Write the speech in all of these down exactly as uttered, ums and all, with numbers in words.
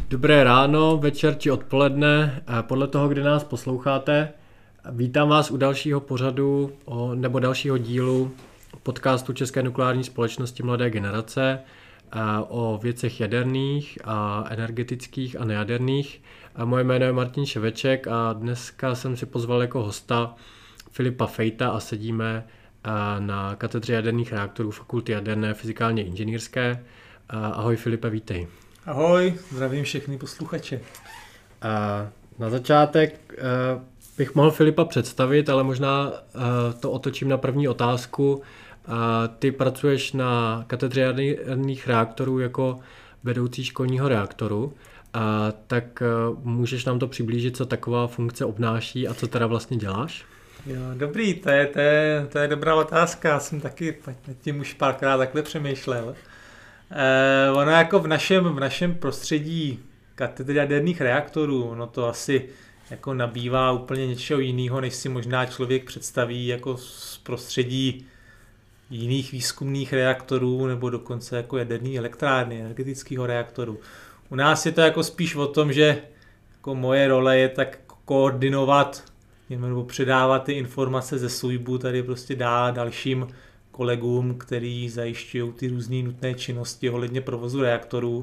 Dobré ráno, večer či odpoledne, podle toho, kdy nás posloucháte. Vítám vás u dalšího pořadu o, nebo dalšího dílu podcastu České nukleární společnosti Mladé generace o věcech jaderných a energetických a nejaderných. A moje jméno je Martin Ševeček a dneska jsem si pozval jako hosta Filipa Fejta a sedíme na katedře jaderných reaktorů Fakulty jaderné fyzikálně inženýrské. Ahoj Filipe, vítej. Ahoj, zdravím všechny posluchače. Na začátek bych mohl Filipa představit, ale možná to otočím na první otázku. Ty pracuješ na katedře jaderných reaktorů jako vedoucí školního reaktoru, tak můžeš nám to přiblížit, co taková funkce obnáší a co teda vlastně děláš? Jo, dobrý, to je, to, je, to je dobrá otázka, já jsem taky nad tím už párkrát takhle přemýšlel. Eh, ono jako v našem, v našem prostředí katedry jaderných reaktorů, no to asi jako nabývá úplně něčeho jiného, než si možná člověk představí jako z prostředí jiných výzkumných reaktorů nebo dokonce jako jaderné elektrárny, energetického reaktoru. U nás je to jako spíš o tom, že jako moje role je tak koordinovat nebo předávat ty informace ze SÚJBu, tady prostě dá dalším kolegům, který zajišťují ty různé nutné činnosti ohledně provozu reaktorů.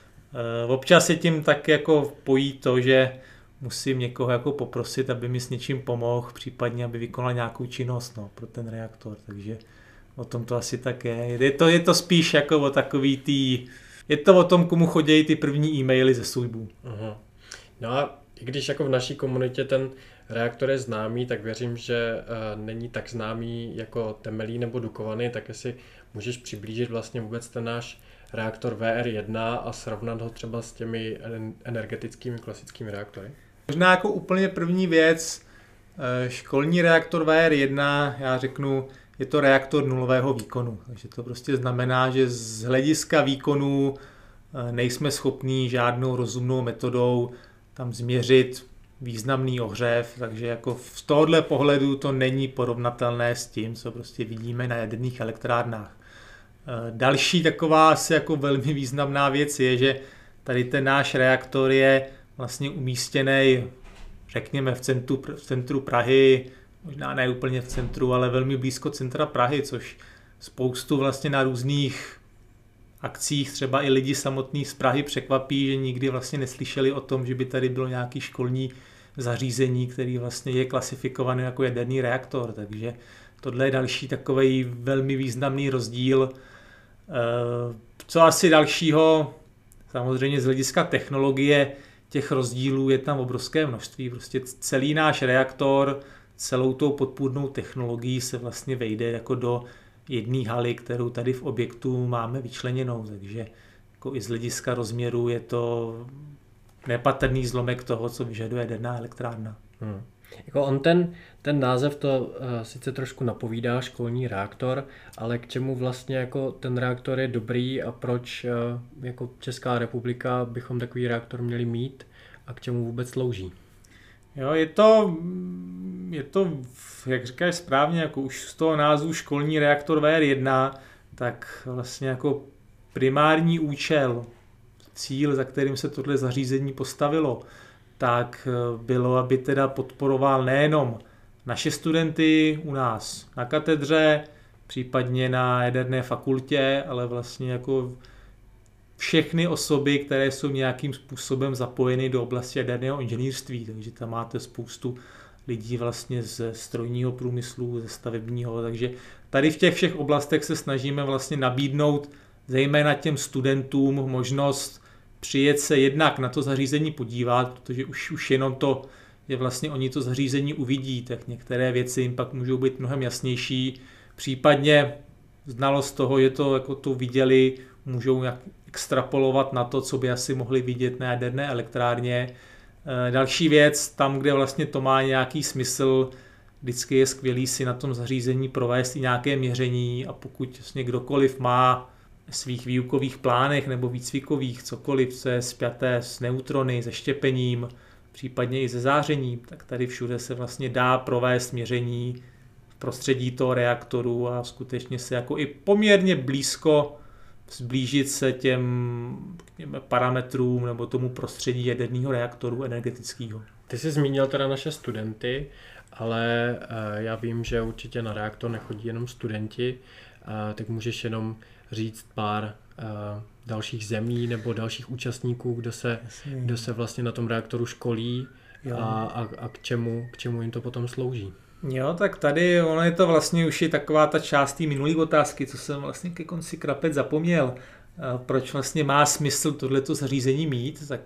Občas se tím tak jako pojí to, že musím někoho jako poprosit, aby mi s něčím pomohl, případně aby vykonal nějakou činnost no, pro ten reaktor, takže o tom to asi tak je. Je to, je to spíš jako o takový tý, je to o tom, komu chodí ty první e-maily ze SÚJBu. Aha. No a i když jako v naší komunitě ten reaktor je známý, tak věřím, že uh, není tak známý jako Temelín nebo Dukovany, tak jestli můžeš přiblížit vlastně vůbec ten náš reaktor V R jedna a srovnat ho třeba s těmi energetickými klasickými reaktory? Možná jako úplně první věc, školní reaktor V R jedna, já řeknu, je to reaktor nulového výkonu. Takže to prostě znamená, že z hlediska výkonu nejsme schopní žádnou rozumnou metodou tam změřit významný ohřev, takže jako z tohohle pohledu to není porovnatelné s tím, co prostě vidíme na jaderných elektrárnách. Další taková asi jako velmi významná věc je, že tady ten náš reaktor je vlastně umístěný, řekněme, v centru, v centru Prahy, možná ne úplně v centru, ale velmi blízko centra Prahy, což spoustu vlastně na různých akcích třeba i lidi samotných z Prahy překvapí, že nikdy vlastně neslyšeli o tom, že by tady bylo nějaký školní zařízení, který vlastně je klasifikovaný jako jaderný reaktor, takže tohle je další takový velmi významný rozdíl. Co asi dalšího, samozřejmě z hlediska technologie, těch rozdílů je tam obrovské množství. Prostě celý náš reaktor, celou tou podpůrnou technologií se vlastně vejde jako do jedné haly, kterou tady v objektu máme vyčleněnou, takže jako i z hlediska rozměru je to nepatrný zlomek toho, co vyžaduje jaderná elektrárna. Hmm. Jako on ten, ten název to uh, sice trošku napovídá, školní reaktor, ale k čemu vlastně jako ten reaktor je dobrý a proč uh, jako Česká republika bychom takový reaktor měli mít a k čemu vůbec slouží? Jo, je to, je to, jak říkáš správně, jako už z toho názvu školní reaktor V R jedna, tak vlastně jako primární účel, cíl, za kterým se tohle zařízení postavilo, tak bylo, aby teda podporoval nejenom naše studenty u nás na katedře, případně na jaderné fakultě, ale vlastně jako všechny osoby, které jsou nějakým způsobem zapojeny do oblasti jaderného inženýrství. Takže tam máte spoustu lidí vlastně ze strojního průmyslu, ze stavebního, takže tady v těch všech oblastech se snažíme vlastně nabídnout zejména těm studentům možnost přijet se jednak na to zařízení podívat, protože už, už jenom to, že vlastně oni to zařízení uvidí, tak některé věci jim pak můžou být mnohem jasnější. Případně znalost toho, že to jako to viděli, můžou nějak extrapolovat na to, co by asi mohli vidět na jaderné elektrárně. Další věc, tam, kde vlastně to má nějaký smysl, vždycky je skvělý si na tom zařízení provést i nějaké měření a pokud vlastně kdokoliv má svých výukových plánech nebo výcvikových cokoliv, co je spjaté s neutrony, se štěpením, případně i se zářením, tak tady všude se vlastně dá provést měření v prostředí toho reaktoru a skutečně se jako i poměrně blízko zblížit se těm parametrům nebo tomu prostředí jaderného reaktoru energetického. Ty jsi zmínil teda naše studenty, ale já vím, že určitě na reaktor nechodí jenom studenti, tak můžeš jenom říct pár dalších zemí nebo dalších účastníků, kdo se, kdo se vlastně na tom reaktoru školí a, a, a k, čemu, k čemu jim to potom slouží. Jo, tak tady ono je to vlastně už i taková ta část té minulé otázky, co jsem vlastně ke konci krapet zapomněl. Proč vlastně má smysl tohleto zařízení mít, tak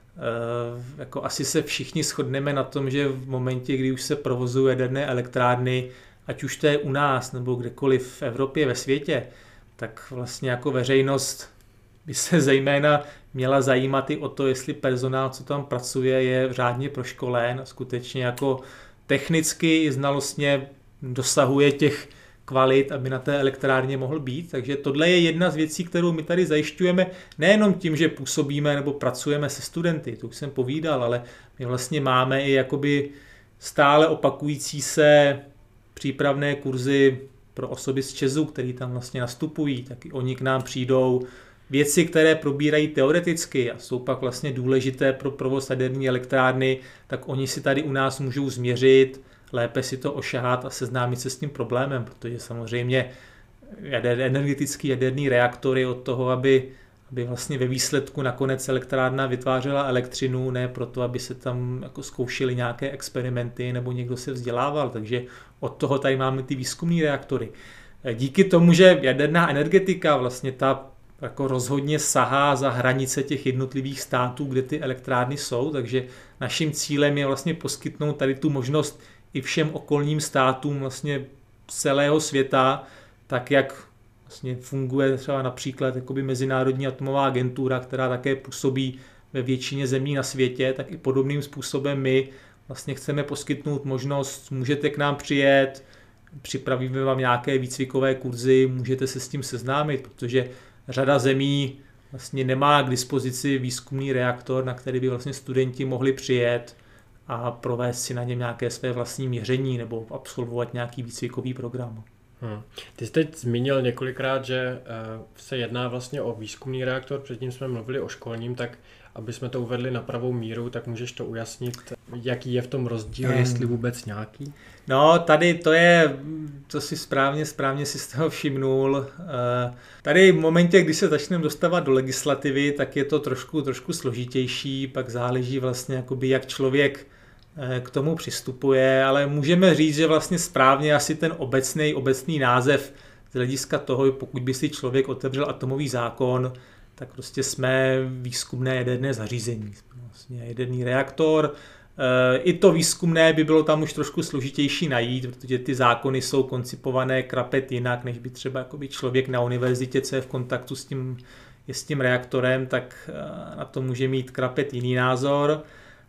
jako asi se všichni shodneme na tom, že v momentě, kdy už se provozují jaderné elektrárny, ať už to je u nás nebo kdekoliv v Evropě, ve světě, tak vlastně jako veřejnost by se zejména měla zajímat i o to, jestli personál, co tam pracuje, je řádně proškolen a skutečně jako technicky i znalostně dosahuje těch kvalit, aby na té elektrárně mohl být. Takže tohle je jedna z věcí, kterou my tady zajišťujeme nejenom tím, že působíme nebo pracujeme se studenty, to už jsem povídal, ale my vlastně máme i jakoby stále opakující se přípravné kurzy pro osoby z ČEZu, který tam vlastně nastupují, tak i oni k nám přijdou. Věci, které probírají teoreticky a jsou pak vlastně důležité pro provoz jaderní elektrárny, tak oni si tady u nás můžou změřit, lépe si to ošahat a seznámit se s tím problémem, protože samozřejmě jader, energetický jaderný reaktor je od toho, aby, aby vlastně ve výsledku nakonec elektrárna vytvářela elektřinu, ne proto, aby se tam jako zkoušely nějaké experimenty nebo někdo se vzdělával, takže od toho tady máme ty výzkumné reaktory. Díky tomu, že jaderná energetika vlastně ta jako rozhodně sahá za hranice těch jednotlivých států, kde ty elektrárny jsou, takže naším cílem je vlastně poskytnout tady tu možnost i všem okolním státům vlastně celého světa, tak jak vlastně funguje třeba například jakoby Mezinárodní atomová agentura, která také působí ve většině zemí na světě, tak i podobným způsobem my vlastně chceme poskytnout možnost, můžete k nám přijet, připravíme vám nějaké výcvikové kurzy, můžete se s tím seznámit, protože řada zemí vlastně nemá k dispozici výzkumný reaktor, na který by vlastně studenti mohli přijet a provést si na něm nějaké své vlastní měření nebo absolvovat nějaký výcvikový program. Hmm. Ty jsi teď zmínil několikrát, že se jedná vlastně o výzkumný reaktor, předtím jsme mluvili o školním, tak aby jsme to uvedli na pravou míru, tak můžeš to ujasnit, jaký je v tom rozdíl, hmm. jestli vůbec nějaký? No, tady to je, to si správně, správně si z toho všimnul. Tady v momentě, kdy se začneme dostávat do legislativy, tak je to trošku, trošku složitější, pak záleží vlastně, jakoby, jak člověk k tomu přistupuje, ale můžeme říct, že vlastně správně asi ten obecný, obecný název z hlediska toho, pokud by si člověk otevřel atomový zákon, tak prostě jsme výzkumné jaderné zařízení. Vlastně jaderný reaktor. I to výzkumné by bylo tam už trošku složitější najít, protože ty zákony jsou koncipované krapet jinak, než by třeba jakoby člověk na univerzitě, co je v kontaktu s tím, je s tím reaktorem, tak na to může mít krapet jiný názor.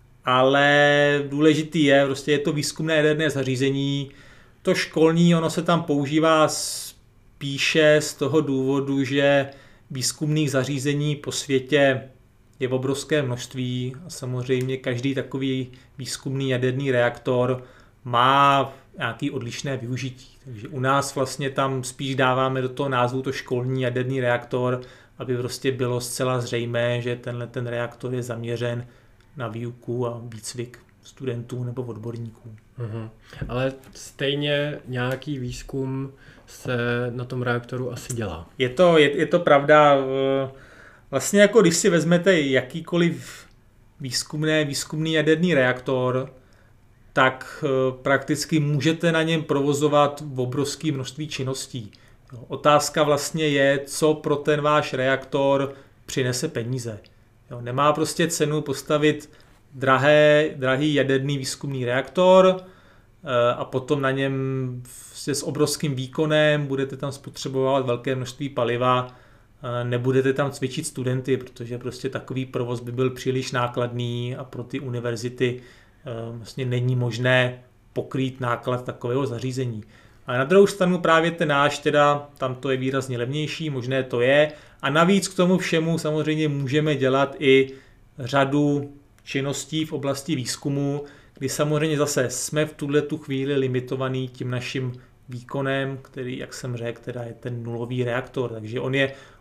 Ale důležitý je, prostě je to výzkumné jaderné zařízení. To školní, ono se tam používá spíše z toho důvodu, že výzkumných zařízení po světě je v obrovské množství a samozřejmě každý takový výzkumný jaderný reaktor má nějaké odlišné využití. Takže u nás vlastně tam spíš dáváme do toho názvu to školní jaderný reaktor, aby prostě bylo zcela zřejmé, že tenhle ten reaktor je zaměřen na výuku a výcvik studentů nebo odborníků. Mhm. Ale stejně nějaký výzkum se na tom reaktoru asi dělá. Je to, je, je to pravda. Vlastně jako když si vezmete jakýkoliv výzkumné, výzkumný jaderný reaktor, tak prakticky můžete na něm provozovat obrovské množství činností. Otázka vlastně je, co pro ten váš reaktor přinese peníze. Jo, nemá prostě cenu postavit drahé, drahý jaderný výzkumný reaktor a potom na něm s obrovským výkonem budete tam spotřebovat velké množství paliva, nebudete tam cvičit studenty, protože prostě takový provoz by byl příliš nákladný a pro ty univerzity vlastně není možné pokrýt náklad takového zařízení. A na druhou stranu právě ten náš, teda tam to je výrazně levnější, možné to je. A navíc k tomu všemu samozřejmě můžeme dělat i řadu činností v oblasti výzkumu, kdy samozřejmě zase jsme v tuhletu chvíli limitovaný tím naším výkonem, který, jak jsem řekl, teda je ten nulový reaktor. Takže on je,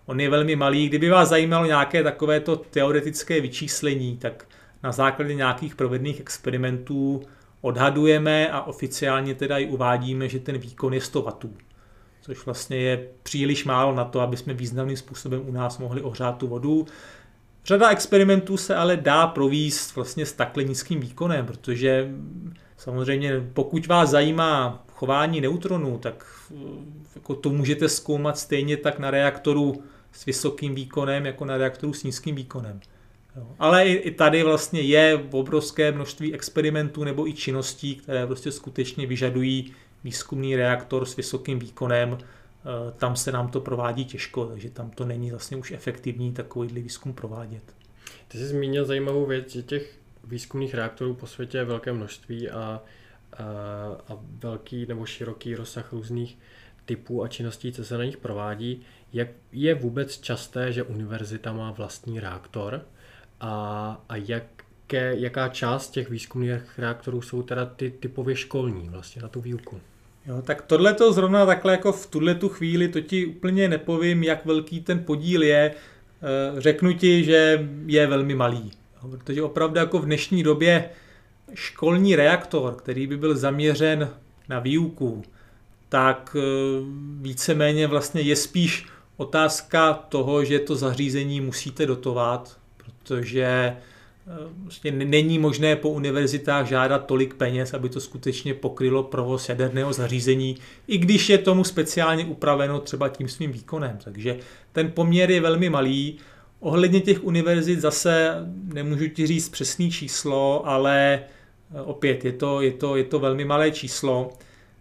On je velmi malý. Kdyby vás zajímalo nějaké takovéto teoretické vyčíslení, tak na základě nějakých provedených experimentů odhadujeme a oficiálně teda i uvádíme, že ten výkon je sto wattů. Což vlastně je příliš málo na to, aby jsme významným způsobem u nás mohli ohřát tu vodu. Řada experimentů se ale dá provést vlastně s takhle nízkým výkonem, protože samozřejmě pokud vás zajímá chování neutronů, tak jako to můžete zkoumat stejně tak na reaktoru s vysokým výkonem, jako na reaktoru s nízkým výkonem. Jo. Ale i, i tady vlastně je obrovské množství experimentů nebo i činností, které prostě skutečně vyžadují výzkumný reaktor s vysokým výkonem. Tam se nám to provádí těžko, takže tam to není vlastně už efektivní takovýhle výzkum provádět. Ty jsi zmínil zajímavou věc, že těch výzkumných reaktorů po světě je velké množství a, a, a velký nebo široký rozsah různých typů a činností, co se na nich provádí. Jak je vůbec časté, že univerzita má vlastní reaktor a, a jaké, jaká část těch výzkumných reaktorů jsou teda ty typově školní vlastně na tu výuku? Jo, tak tohle to zrovna takhle jako v tuhletu chvíli to ti úplně nepovím, jak velký ten podíl je. Řeknu ti, že je velmi malý. Protože opravdu jako v dnešní době školní reaktor, který by byl zaměřen na výuku, tak víceméně vlastně je spíš otázka toho, že to zařízení musíte dotovat, protože vlastně není možné po univerzitách žádat tolik peněz, aby to skutečně pokrylo provoz jaderného zařízení, i když je tomu speciálně upraveno třeba tím svým výkonem. Takže ten poměr je velmi malý. Ohledně těch univerzit zase nemůžu ti říct přesné číslo, ale opět je to, je to, je to velmi malé číslo.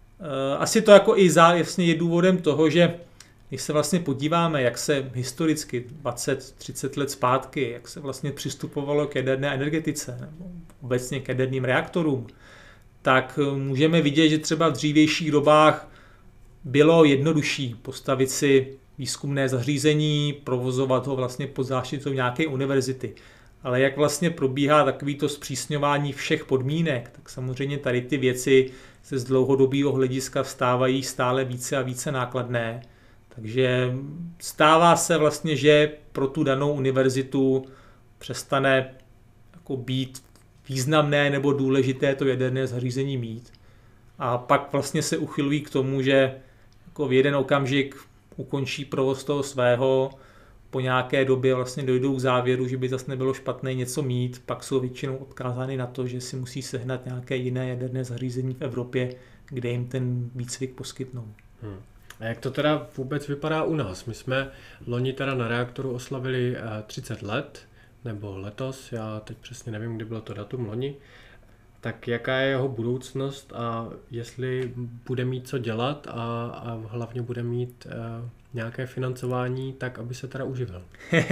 Asi to jako i zá, jasně je důvodem toho, že když se vlastně podíváme, jak se historicky dvacet třicet let zpátky, jak se vlastně přistupovalo k jaderné energetice nebo obecně k jaderným reaktorům, tak můžeme vidět, že třeba v dřívějších dobách bylo jednodušší postavit si výzkumné zařízení, provozovat ho vlastně pod záštitou nějaké univerzity. Ale jak vlastně probíhá takovýto zpřísňování všech podmínek, tak samozřejmě tady ty věci se z dlouhodobého hlediska stávají stále více a více nákladné. Takže stává se vlastně, že pro tu danou univerzitu přestane jako být významné nebo důležité to jaderné zařízení mít. A pak vlastně se uchylují k tomu, že jako v jeden okamžik ukončí provoz toho svého, po nějaké době vlastně dojdou k závěru, že by zase nebylo špatné něco mít, pak jsou většinou odkázány na to, že si musí sehnat nějaké jiné jaderné zařízení v Evropě, kde jim ten výcvik poskytnou. Hmm. A jak to teda vůbec vypadá u nás? My jsme loni teda na reaktoru oslavili třicet let, nebo letos, já teď přesně nevím, kdy bylo to datum loni. Tak jaká je jeho budoucnost a jestli bude mít co dělat a, a hlavně bude mít uh, nějaké financování, tak aby se teda uživil?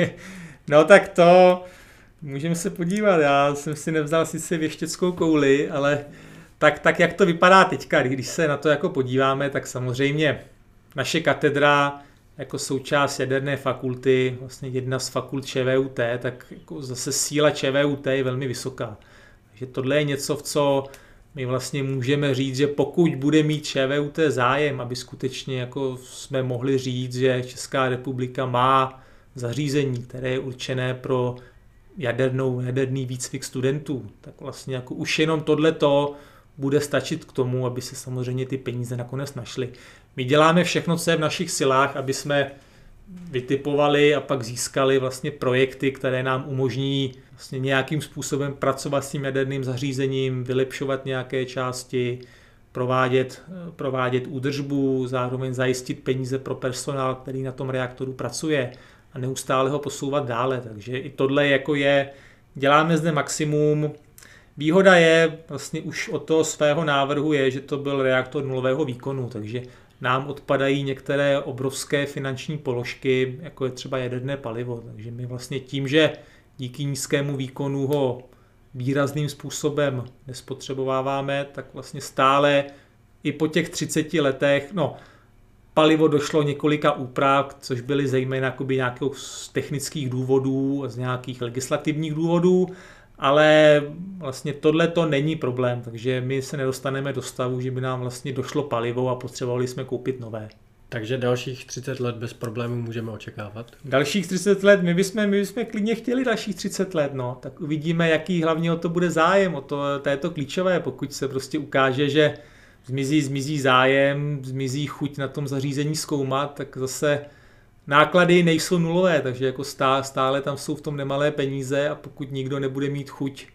No tak to můžeme se podívat. Já jsem si nevzal sice věštěckou kouli, ale tak, tak jak to vypadá teďka, když se na to jako podíváme, tak samozřejmě naše katedra jako součást jaderné fakulty, vlastně jedna z fakult ČVUT, tak jako zase síla ČVUT je velmi vysoká. Takže tohle je něco, v co my vlastně můžeme říct, že pokud bude mít ČVUT zájem, aby skutečně jako jsme mohli říct, že Česká republika má zařízení, které je určené pro jadernou, jaderný výcvik studentů, tak vlastně jako už jenom tohleto bude stačit k tomu, aby se samozřejmě ty peníze nakonec našly. My děláme všechno, co je v našich silách, aby jsme vytipovali a pak získali vlastně projekty, které nám umožní vlastně nějakým způsobem pracovat s tím jaderným zařízením, vylepšovat nějaké části, provádět, provádět údržbu, zároveň zajistit peníze pro personál, který na tom reaktoru pracuje a neustále ho posouvat dále. Takže i tohle jako je, děláme zde maximum. Výhoda je vlastně už od toho svého návrhu je, že to byl reaktor nulového výkonu, takže nám odpadají některé obrovské finanční položky, jako je třeba jaderné palivo. Takže my vlastně tím, že díky nízkému výkonu ho výrazným způsobem nespotřebováváme, tak vlastně stále i po těch třiceti letech, no, palivo došlo několika úprav, což byly zejména nějakých z technických důvodů, z nějakých legislativních důvodů, ale vlastně tohle to není problém, takže my se nedostaneme do stavu, že by nám vlastně došlo palivo a potřebovali jsme koupit nové. Takže dalších třicet let bez problémů můžeme očekávat? Dalších třicet let, my bychom, my bychom klidně chtěli dalších třicet let, no. Tak uvidíme, jaký hlavně o to bude zájem, o to, to je to klíčové, pokud se prostě ukáže, že zmizí, zmizí zájem, zmizí chuť na tom zařízení zkoumat, tak zase náklady nejsou nulové, takže jako stále, stále tam jsou v tom nemalé peníze a pokud nikdo nebude mít chuť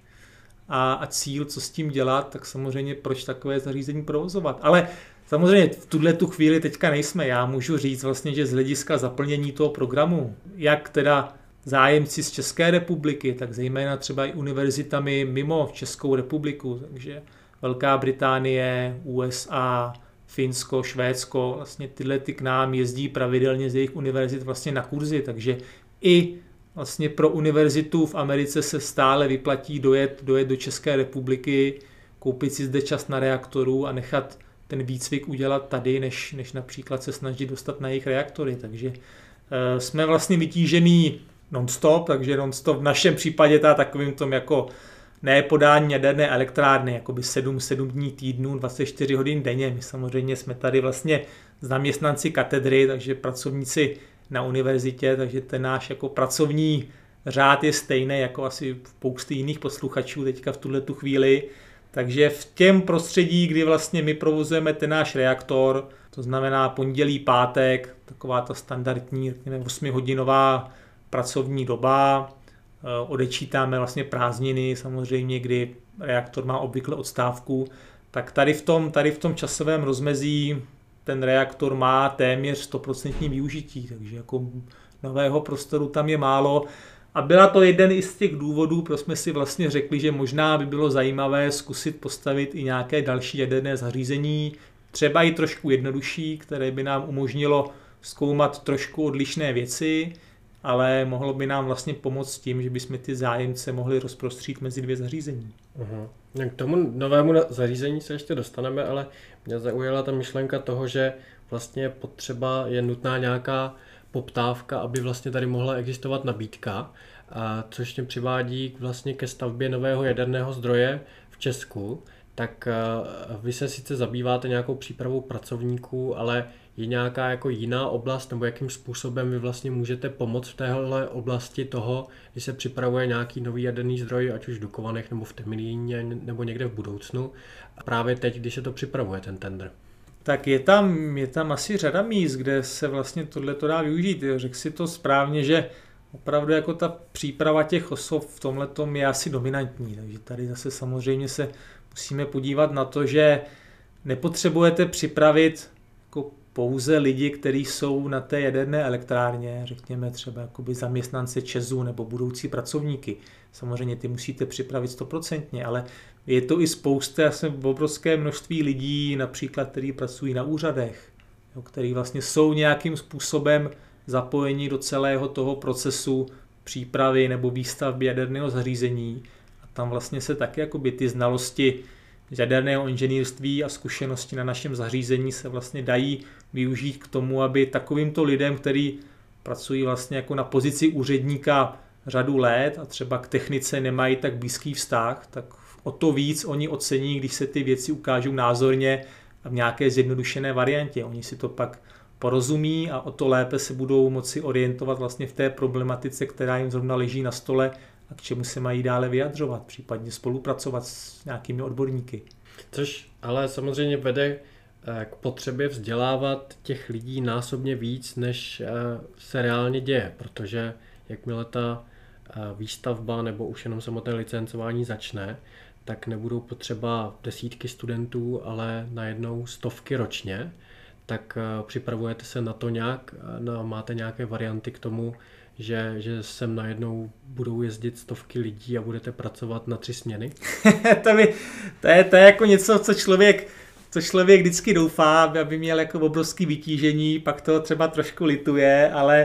a, a cíl, co s tím dělat, tak samozřejmě proč takové zařízení provozovat. Ale samozřejmě v tuhle tu chvíli teďka nejsme. Já můžu říct vlastně, že z hlediska zaplnění toho programu, jak teda zájemci z České republiky, tak zejména třeba i univerzitami mimo Českou republiku, takže Velká Británie, U S A, Finsko, Švédsko, vlastně tyhle ty k nám jezdí pravidelně z jejich univerzit vlastně na kurzy, takže i vlastně pro univerzitu v Americe se stále vyplatí dojet, dojet do České republiky, koupit si zde čas na reaktoru a nechat ten výcvik udělat tady, než, než například se snažit dostat na jejich reaktory. Takže e, jsme vlastně vytížený non-stop, takže non-stop v našem případě ta takovým tom jako ne podání jaderné elektrárny, jakoby sedm, sedm dní týdnu, dvacet čtyři hodin denně. My samozřejmě jsme tady vlastně zaměstnanci katedry, takže pracovníci na univerzitě, takže ten náš jako pracovní řád je stejný jako asi spousty jiných posluchačů teďka v tuhle tu chvíli. Takže v těm prostředí, kdy vlastně my provozujeme ten náš reaktor, to znamená pondělí, pátek, taková ta standardní, řekněme, osmihodinová pracovní doba, odečítáme vlastně prázdniny, samozřejmě, kdy reaktor má obvykle odstávku, tak tady v tom, tady v tom časovém rozmezí ten reaktor má téměř sto procent využití, takže jako nového prostoru tam je málo. A byla to jeden i z těch důvodů, proč jsme si vlastně řekli, že možná by bylo zajímavé zkusit postavit i nějaké další jaderné zařízení, třeba i trošku jednodušší, které by nám umožnilo zkoumat trošku odlišné věci, ale mohlo by nám vlastně pomoct tím, že bychom ty zájemce mohli rozprostřít mezi dvě zařízení. Uh-huh. K tomu novému zařízení se ještě dostaneme, ale mě zaujala ta myšlenka toho, že vlastně potřeba je nutná nějaká poptávka, aby vlastně tady mohla existovat nabídka, a což mě přivádí vlastně ke stavbě nového jaderného zdroje v Česku. Tak vy se sice zabýváte nějakou přípravou pracovníků, ale je nějaká jako jiná oblast, nebo jakým způsobem vy vlastně můžete pomoct v téhle oblasti toho, když se připravuje nějaký nový jaderný zdroj, ať už v Dukovanech nebo v Temelíně nebo někde v budoucnu, a právě teď, když se to připravuje, ten tendr? Tak je tam, je tam asi řada míst, kde se vlastně tohle to dá využít. Řekl si to správně, že opravdu jako ta příprava těch osob v tomhletom je asi dominantní. Takže tady zase samozřejmě se musíme podívat na to, že nepotřebujete připravit jako pouze lidi, kteří jsou na té jaderné elektrárně, řekněme třeba jakoby zaměstnance ČEZu nebo budoucí pracovníky. Samozřejmě ty musíte připravit stoprocentně, ale je to i spousta, asi obrovské množství lidí, například, kteří pracují na úřadech, jo, kteří vlastně jsou nějakým způsobem zapojeni do celého toho procesu přípravy nebo výstavby jaderného zařízení. A tam vlastně se taky jakoby ty znalosti jaderného inženýrství a zkušenosti na našem zařízení se vlastně dají využít k tomu, aby takovýmto lidem, kteří pracují vlastně jako na pozici úředníka řadu let a třeba k technice nemají tak blízký vztah, tak o to víc oni ocení, když se ty věci ukážou názorně a v nějaké zjednodušené variantě. Oni si to pak porozumí a o to lépe se budou moci orientovat vlastně v té problematice, která jim zrovna leží na stole a k čemu se mají dále vyjadřovat, případně spolupracovat s nějakými odborníky. Což ale samozřejmě vede k potřebě vzdělávat těch lidí násobně víc, než se reálně děje, protože jakmile ta výstavba nebo už jenom samotné licencování začne, tak nebudou potřeba desítky studentů, ale najednou stovky ročně. Tak připravujete se na to nějak, no, máte nějaké varianty k tomu, že, že sem najednou budou jezdit stovky lidí a budete pracovat na tři směny? to, by, to, je, to je jako něco, co člověk, co člověk vždycky doufá, aby měl jako obrovský vytížení, pak to třeba trošku lituje, ale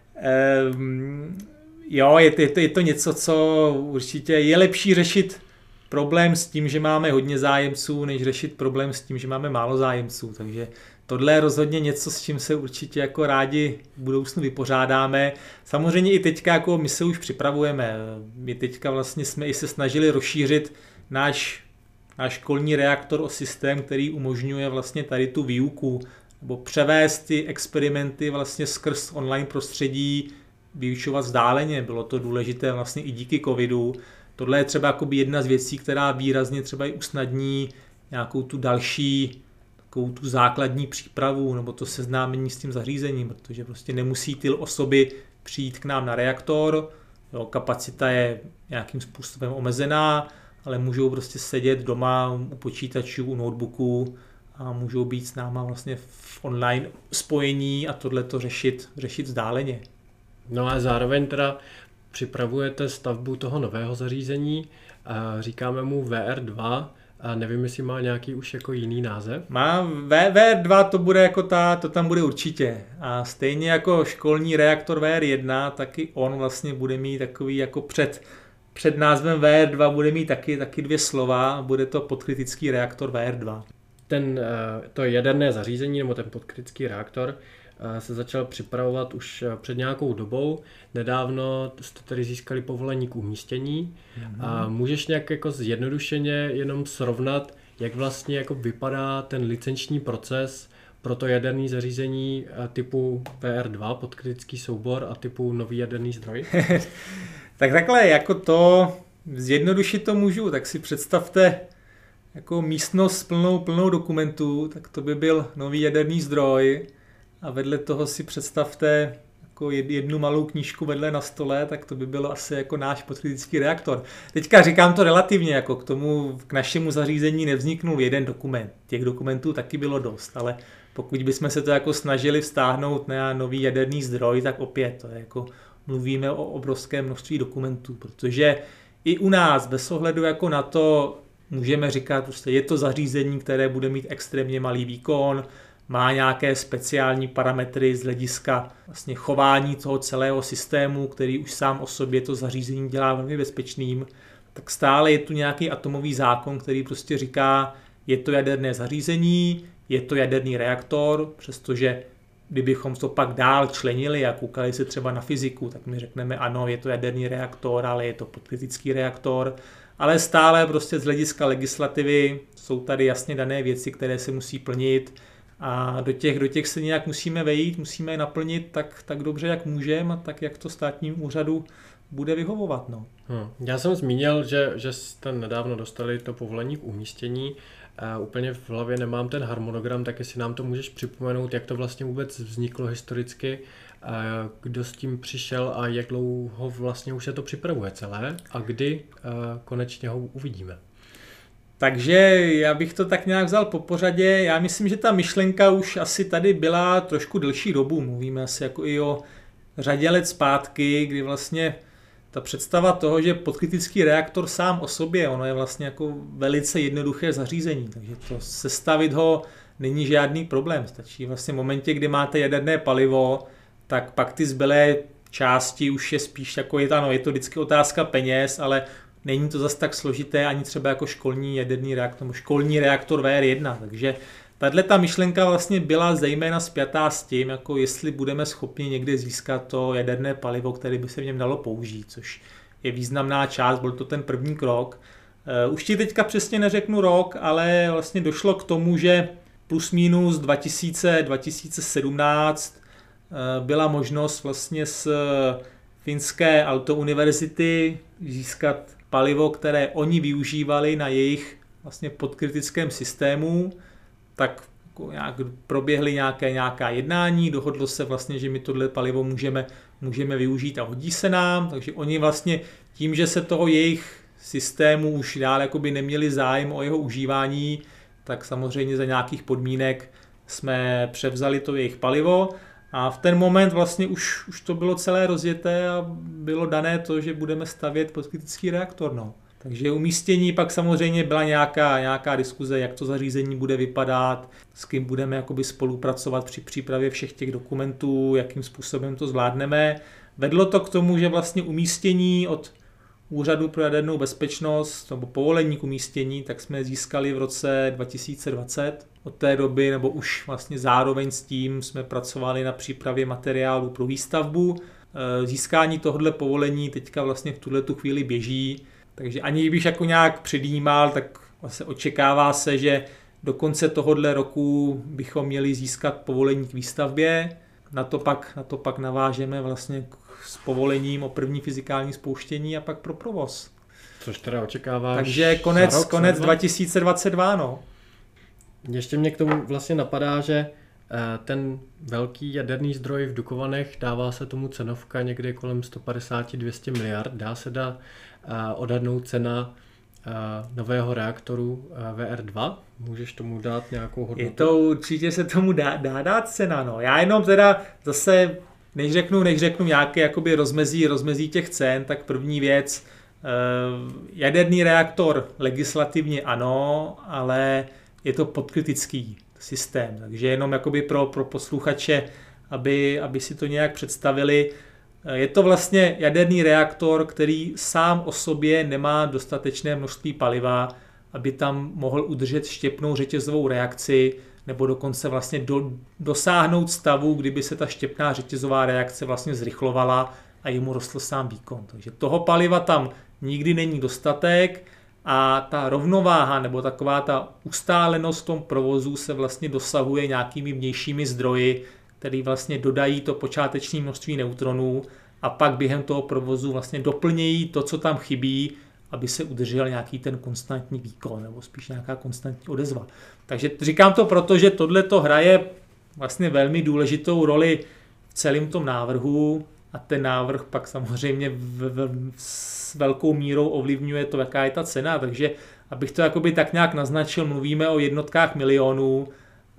um, jo, je to, je, to, je to něco, co určitě je lepší řešit problém s tím, že máme hodně zájemců, než řešit problém s tím, že máme málo zájemců, takže tohle je rozhodně něco, s čím se určitě jako rádi v budoucnu vypořádáme. Samozřejmě i teďka jako my se už připravujeme. My teďka vlastně jsme i se snažili rozšířit náš, náš školní reaktor o systém, který umožňuje vlastně tady tu výuku nebo převést ty experimenty vlastně skrz online prostředí, vyučovat vzdáleně. Bylo to důležité vlastně i díky covidu. Tohle je třeba jakoby jedna z věcí, která výrazně třeba i usnadní nějakou tu další, takovou tu základní přípravu nebo to seznámení s tím zařízením, protože prostě nemusí ty osoby přijít k nám na reaktor, jo, kapacita je nějakým způsobem omezená, ale můžou prostě sedět doma u počítačů, u notebooků a můžou být s náma vlastně v online spojení a tohleto řešit, řešit vzdáleně. No a zároveň teda připravujete stavbu toho nového zařízení, a říkáme mu V R dva, a nevím, jestli má nějaký už jako jiný název. Má V R dva, to bude jako ta, to tam bude určitě. A stejně jako školní reaktor V R jedna, taky on vlastně bude mít takový jako před, před názvem V R dva bude mít taky, taky dvě slova, bude to podkritický reaktor V R dva. Ten, to jaderné zařízení nebo ten podkritický reaktor se začal připravovat už před nějakou dobou. Nedávno jste tady získali povolení k umístění. Mm-hmm. A můžeš nějak jako zjednodušeně jenom srovnat, jak vlastně jako vypadá ten licenční proces pro to jaderné zařízení typu V R dva, podkritický soubor, a typu nový jaderný zdroj? Tak takhle, jako to zjednodušit to můžu, tak si představte jako místnost plnou, plnou dokumentů, tak to by byl nový jaderný zdroj. A vedle toho si představte jako jednu malou knížku vedle na stole, tak to by bylo asi jako náš podkritický reaktor. Teďka říkám to relativně, jako k tomu, k našemu zařízení nevzniknul jeden dokument. Těch dokumentů taky bylo dost, ale pokud bychom se to jako snažili vztáhnout na nový jaderný zdroj, tak opět to je jako mluvíme o obrovském množství dokumentů, protože i u nás bez ohledu jako na to můžeme říkat, prostě je to zařízení, které bude mít extrémně malý výkon, má nějaké speciální parametry z hlediska vlastně chování toho celého systému, který už sám o sobě to zařízení dělá velmi bezpečným, tak stále je tu nějaký atomový zákon, který prostě říká, je to jaderné zařízení, je to jaderný reaktor, přestože kdybychom to pak dál členili a koukali se třeba na fyziku, tak my řekneme ano, je to jaderný reaktor, ale je to podkritický reaktor, ale stále prostě z hlediska legislativy jsou tady jasně dané věci, které se musí plnit. A do těch, do těch se nějak musíme vejít, musíme je naplnit tak, tak dobře, jak můžeme a tak, jak to státním úřadu bude vyhovovat. No. Hmm. Já jsem zmínil, že, že jste nedávno dostali to povolení k umístění. Uh, úplně v hlavě nemám ten harmonogram, tak jestli nám to můžeš připomenout, jak to vlastně vůbec vzniklo historicky, uh, kdo s tím přišel a jak dlouho vlastně už se to připravuje celé a kdy uh, konečně ho uvidíme. Takže já bych to tak nějak vzal po pořadě. Já myslím, že ta myšlenka už asi tady byla trošku delší dobu. Mluvíme asi jako i o řadě let zpátky, kdy vlastně ta představa toho, že podkritický reaktor sám o sobě, ono je vlastně jako velice jednoduché zařízení, takže to sestavit ho není žádný problém. Stačí vlastně v momentě, kdy máte jaderné palivo, tak pak ty zbylé části už je spíš jako, je to, ano, je to vždycky otázka peněz, ale není to zas tak složité ani třeba jako školní jaderný reaktor, školní reaktor V R jedna, takže tahle ta myšlenka vlastně byla zejména spjatá s tím, jako jestli budeme schopni někde získat to jaderné palivo, které by se v něm dalo použít, což je významná část, byl to ten první krok. Už ti teďka přesně neřeknu rok, ale vlastně došlo k tomu, že plus minus dva tisíce, dva tisíce sedmnáct byla možnost vlastně z finské Aalto univerzity získat palivo, které oni využívali na jejich vlastně podkritickém systému, tak jako nějak proběhly nějaké, nějaká jednání, dohodlo se vlastně, že my tohle palivo můžeme, můžeme využít a hodí se nám, takže oni vlastně tím, že se toho jejich systému už dál jakoby neměli zájem o jeho užívání, tak samozřejmě za nějakých podmínek jsme převzali to jejich palivo a v ten moment vlastně už, už to bylo celé rozjeté a bylo dané to, že budeme stavět podkritický reaktor. No. Takže umístění pak samozřejmě byla nějaká, nějaká diskuze, jak to zařízení bude vypadat, s kým budeme jakoby spolupracovat při přípravě všech těch dokumentů, jakým způsobem to zvládneme. Vedlo to k tomu, že vlastně umístění od Úřadu pro jadernou bezpečnost nebo povolení k umístění, tak jsme získali v roce dva tisíce dvacet. Od té doby, nebo už vlastně zároveň s tím, jsme pracovali na přípravě materiálu pro výstavbu. Získání tohoto povolení teďka vlastně v tuhle tu chvíli běží, takže ani když jako nějak předjímal, tak vlastně očekává se, že do konce tohohle roku bychom měli získat povolení k výstavbě. Na to pak, na to pak navážeme vlastně s povolením o první fyzikální spouštění a pak pro provoz. Což teda očekáváš? Takže konec, rok, konec dva tisíce dvacet dva, no. Ještě mě k tomu vlastně napadá, že ten velký jaderný zdroj v Dukovanech, dává se tomu cenovka někde kolem sto padesát až dvě stě miliard. Dá se dá odhadnout cena nového reaktoru V R dva? Můžeš tomu dát nějakou hodnotu? Je to, určitě se tomu dá, dá dát cena, no. Já jenom teda zase, než řeknu, než řeknu nějaké jakoby rozmezí, rozmezí těch cen, tak první věc, jaderný reaktor legislativně ano, ale je to podkritický systém, takže jenom jakoby pro, pro posluchače, aby, aby si to nějak představili. Je to vlastně jaderný reaktor, který sám o sobě nemá dostatečné množství paliva, aby tam mohl udržet štěpnou řetězovou reakci, nebo dokonce vlastně do, dosáhnout stavu, kdyby se ta štěpná řetězová reakce vlastně zrychlovala a jemu rostl sám výkon. Takže toho paliva tam nikdy není dostatek a ta rovnováha nebo taková ta ustálenost v tom provozu se vlastně dosahuje nějakými vnějšími zdroji, který vlastně dodají to počáteční množství neutronů a pak během toho provozu vlastně doplnějí to, co tam chybí, aby se udržel nějaký ten konstantní výkon nebo spíš nějaká konstantní odezva. Takže říkám to proto, že tohleto hraje vlastně velmi důležitou roli v celém tom návrhu a ten návrh pak samozřejmě v, v, s velkou mírou ovlivňuje to, jaká je ta cena, takže abych to jakoby tak nějak naznačil, mluvíme o jednotkách milionů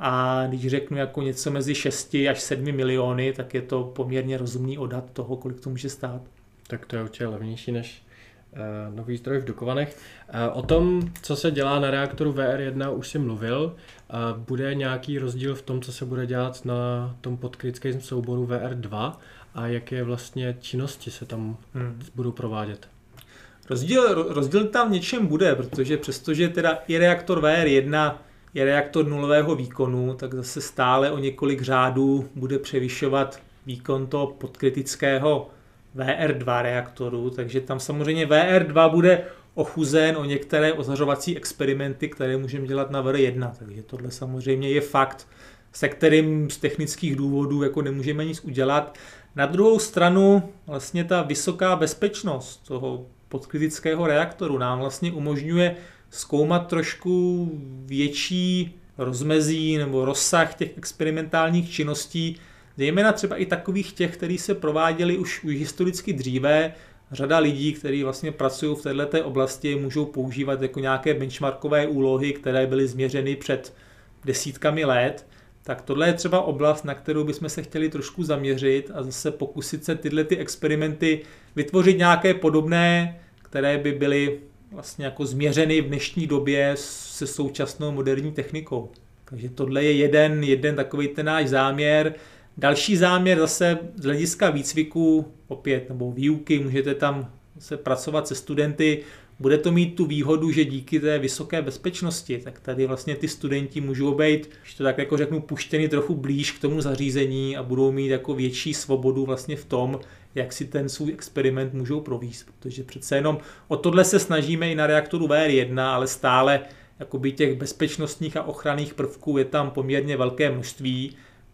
a když řeknu jako něco mezi šesti až sedmi miliony, tak je to poměrně rozumný odhad toho, kolik to může stát. Tak to je určitě levnější než uh, nový zdroj v Dukovanech. Uh, o tom, co se dělá na reaktoru V R jedna, už si mluvil. Uh, bude nějaký rozdíl v tom, co se bude dělat na tom podkritickém souboru V R dva a jaké vlastně činnosti se tam hmm. budou provádět? Rozdíl, rozdíl tam v něčem bude, protože přestože teda i reaktor V R jedna je reaktor nulového výkonu, tak zase stále o několik řádů bude převyšovat výkon toho podkritického V R dva reaktoru, takže tam samozřejmě V R dva bude ochuzen o některé ozařovací experimenty, které můžeme dělat na V R jedna, takže tohle samozřejmě je fakt, se kterým z technických důvodů jako nemůžeme nic udělat. Na druhou stranu vlastně ta vysoká bezpečnost toho podkritického reaktoru nám vlastně umožňuje zkoumat trošku větší rozmezí nebo rozsah těch experimentálních činností, zejména třeba i takových těch, které se prováděly už, už historicky dříve. Řada lidí, kteří vlastně pracují v této oblasti, můžou používat jako nějaké benchmarkové úlohy, které byly změřeny před desítkami let. Tak tohle je třeba oblast, na kterou bychom se chtěli trošku zaměřit a zase pokusit se tyhle ty experimenty vytvořit nějaké podobné, které by byly vlastně jako změřeny v dnešní době se současnou moderní technikou. Takže tohle je jeden, jeden takový ten náš záměr. Další záměr zase z hlediska výcviku, opět, nebo výuky, můžete tam se pracovat se studenty. Bude to mít tu výhodu, že díky té vysoké bezpečnosti, tak tady vlastně ty studenti můžou být, když to tak jako řeknu, puštěni trochu blíž k tomu zařízení a budou mít jako větší svobodu vlastně v tom, jak si ten svůj experiment můžou provést, protože přece jenom o tohle se snažíme i na reaktoru V R jedna, ale stále jakoby těch bezpečnostních a ochranných prvků je tam poměrně velké množství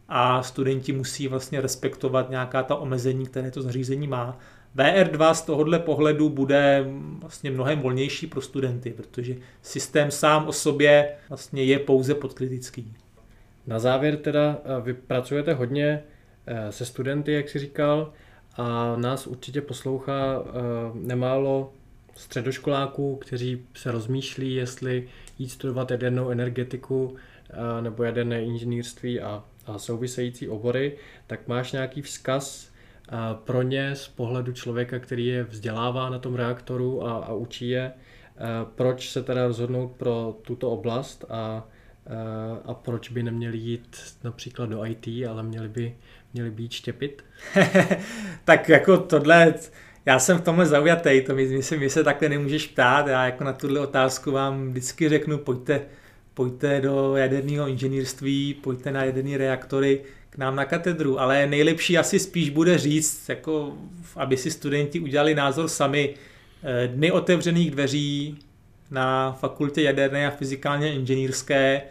a studenti musí vlastně respektovat nějaká ta omezení, které to zařízení má. V R dva z tohohle pohledu bude vlastně mnohem volnější pro studenty, protože systém sám o sobě vlastně je pouze podkritický. Na závěr teda vy pracujete hodně se studenty, jak jsi říkal, a nás určitě poslouchá nemálo středoškoláků, kteří se rozmýšlí, jestli jít studovat jadernou energetiku nebo jaderné inženýrství a, a související obory, tak máš nějaký vzkaz pro ně z pohledu člověka, který je vzdělává na tom reaktoru a, a učí je, proč se teda rozhodnout pro tuto oblast a, a proč by neměli jít například do í té, ale měli by, měli by jít štěpit? Tak jako tohle, já jsem v tomhle zaujatý, to mi, myslím, že se takhle nemůžeš ptát, já jako na tuhle otázku vám vždycky řeknu, pojďte, pojďte do jaderného inženýrství, pojďte na jaderné reaktory, k nám na katedru, ale nejlepší asi spíš bude říct, jako, aby si studenti udělali názor sami. Dny otevřených dveří na fakultě jaderné a fyzikálně inženýrské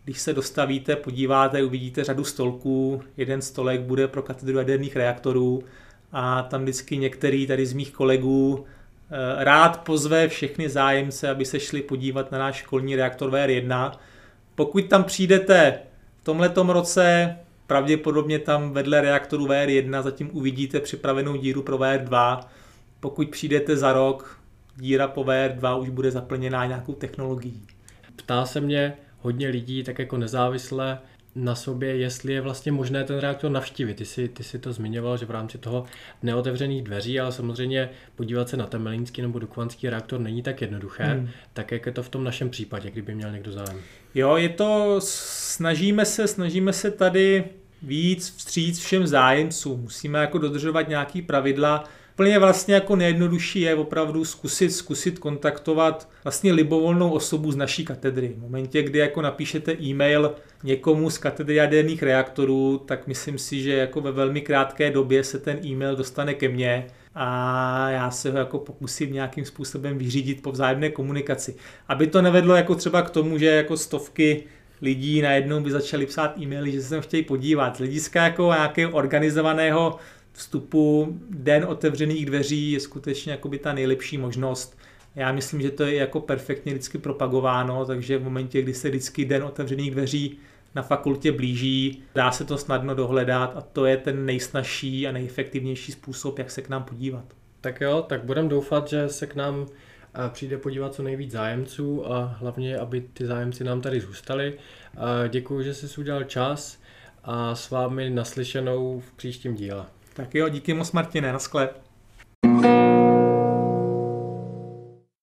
když se dostavíte, podíváte, uvidíte řadu stolků, jeden stolek bude pro katedru jaderných reaktorů a tam vždycky některý tady z mých kolegů rád pozve všechny zájemce, aby se šli podívat na náš školní reaktor V R jedna. Pokud tam přijdete v tomhletom roce, pravděpodobně tam vedle reaktoru V R jedna zatím uvidíte připravenou díru pro V R dva. Pokud přijdete za rok, díra po V R dva už bude zaplněná nějakou technologií. Ptá se mě hodně lidí tak jako nezávisle na sobě, jestli je vlastně možné ten reaktor navštívit. Ty jsi, ty jsi to zmiňoval, že v rámci toho neotevřených dveří, ale samozřejmě podívat se na Temelínský nebo Dukovanský reaktor není tak jednoduché, hmm. tak jak je to v tom našem případě, kdyby měl někdo zájem. Jo, je to, snažíme se, snažíme se tady víc vstříc všem zájemcům. Musíme jako dodržovat nějaký pravidla. Úplně vlastně jako nejjednodušší je opravdu zkusit, zkusit kontaktovat vlastně libovolnou osobu z naší katedry. V momentě, kdy jako napíšete e-mail někomu z katedry jaderných reaktorů, tak myslím si, že jako ve velmi krátké době se ten e-mail dostane ke mně a já se ho jako pokusím nějakým způsobem vyřídit po vzájemné komunikaci. Aby to nevedlo jako třeba k tomu, že jako stovky lidí najednou by začali psát e-maily, že se sem chtějí podívat. Z hlediska jako nějakého organizovaného vstupu, den otevřených dveří je skutečně jakoby ta nejlepší možnost. Já myslím, že to je jako perfektně vždycky propagováno, takže v momentě, kdy se vždycky den otevřených dveří na fakultě blíží, dá se to snadno dohledat a to je ten nejsnažší a nejefektivnější způsob, jak se k nám podívat. Tak jo, tak budeme doufat, že se k nám přijde podívat co nejvíc zájemců a hlavně, aby ty zájemci nám tady zůstali. Děkuji, že jsi udělal čas a s vámi naslyšenou v příštím díle. Tak jo, díky moc Martine, naschle.